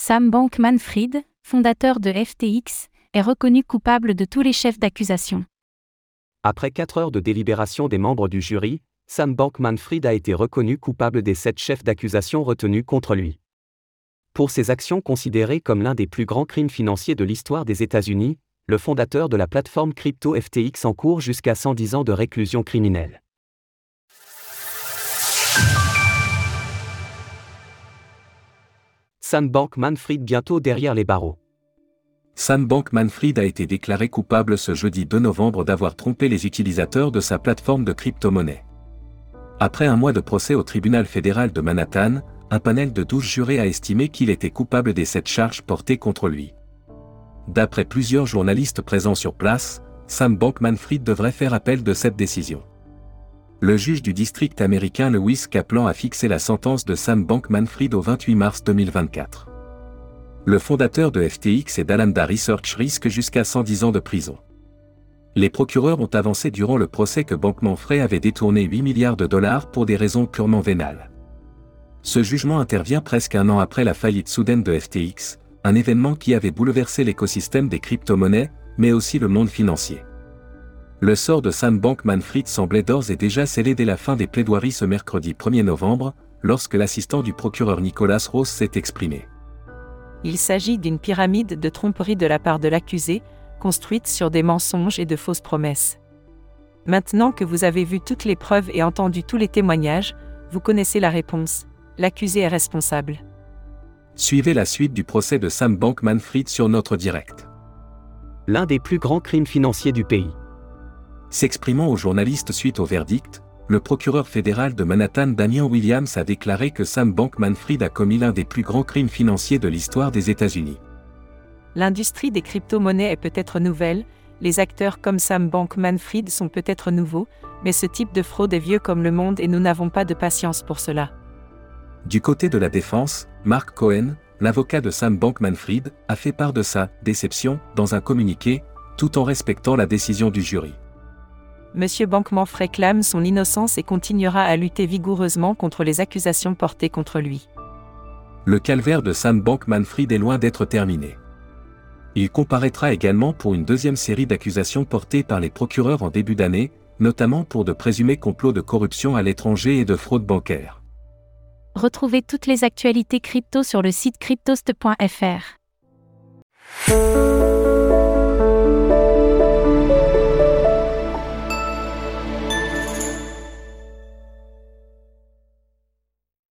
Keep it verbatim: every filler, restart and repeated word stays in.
Sam Bankman-Fried, fondateur de F T X, est reconnu coupable de tous les chefs d'accusation. Après quatre heures de délibération des membres du jury, Sam Bankman-Fried a été reconnu coupable des sept chefs d'accusation retenus contre lui. Pour ses actions considérées comme l'un des plus grands crimes financiers de l'histoire des États-Unis, le fondateur de la plateforme crypto F T X encourt jusqu'à cent dix ans de réclusion criminelle. Sam Bankman-Fried bientôt derrière les barreaux. Sam Bankman-Fried a été déclaré coupable ce jeudi deux novembre d'avoir trompé les utilisateurs de sa plateforme de crypto-monnaie. Après un mois de procès au tribunal fédéral de Manhattan, un panel de douze jurés a estimé qu'il était coupable des sept charges portées contre lui. D'après plusieurs journalistes présents sur place, Sam Bankman-Fried devrait faire appel de cette décision. Le juge du district américain Lewis Kaplan a fixé la sentence de Sam Bankman-Fried au vingt-huit mars deux mille vingt-quatre. Le fondateur de F T X et d'Alameda Research risque jusqu'à cent dix ans de prison. Les procureurs ont avancé durant le procès que Bankman-Fried avait détourné huit milliards de dollars pour des raisons purement vénales. Ce jugement intervient presque un an après la faillite soudaine de F T X, un événement qui avait bouleversé l'écosystème des crypto-monnaies, mais aussi le monde financier. Le sort de Sam Bankman-Fried semblait d'ores et déjà scellé dès la fin des plaidoiries ce mercredi premier novembre, lorsque l'assistant du procureur Nicholas Ross s'est exprimé. Il s'agit d'une pyramide de tromperie de la part de l'accusé, construite sur des mensonges et de fausses promesses. Maintenant que vous avez vu toutes les preuves et entendu tous les témoignages, vous connaissez la réponse. L'accusé est responsable. Suivez la suite du procès de Sam Bankman-Fried sur notre direct. L'un des plus grands crimes financiers du pays. S'exprimant aux journalistes suite au verdict, le procureur fédéral de Manhattan Damian Williams a déclaré que Sam Bankman-Fried a commis l'un des plus grands crimes financiers de l'histoire des États-Unis. L'industrie des crypto-monnaies est peut-être nouvelle, les acteurs comme Sam Bankman-Fried sont peut-être nouveaux, mais ce type de fraude est vieux comme le monde et nous n'avons pas de patience pour cela. Du côté de la défense, Mark Cohen, l'avocat de Sam Bankman-Fried, a fait part de sa « déception » dans un communiqué, tout en respectant la décision du jury. Monsieur Bankman-Fried clame son innocence et continuera à lutter vigoureusement contre les accusations portées contre lui. Le calvaire de Sam Bankman-Fried est loin d'être terminé. Il comparaîtra également pour une deuxième série d'accusations portées par les procureurs en début d'année, notamment pour de présumés complots de corruption à l'étranger et de fraude bancaire. Retrouvez toutes les actualités crypto sur le site cryptost point f r.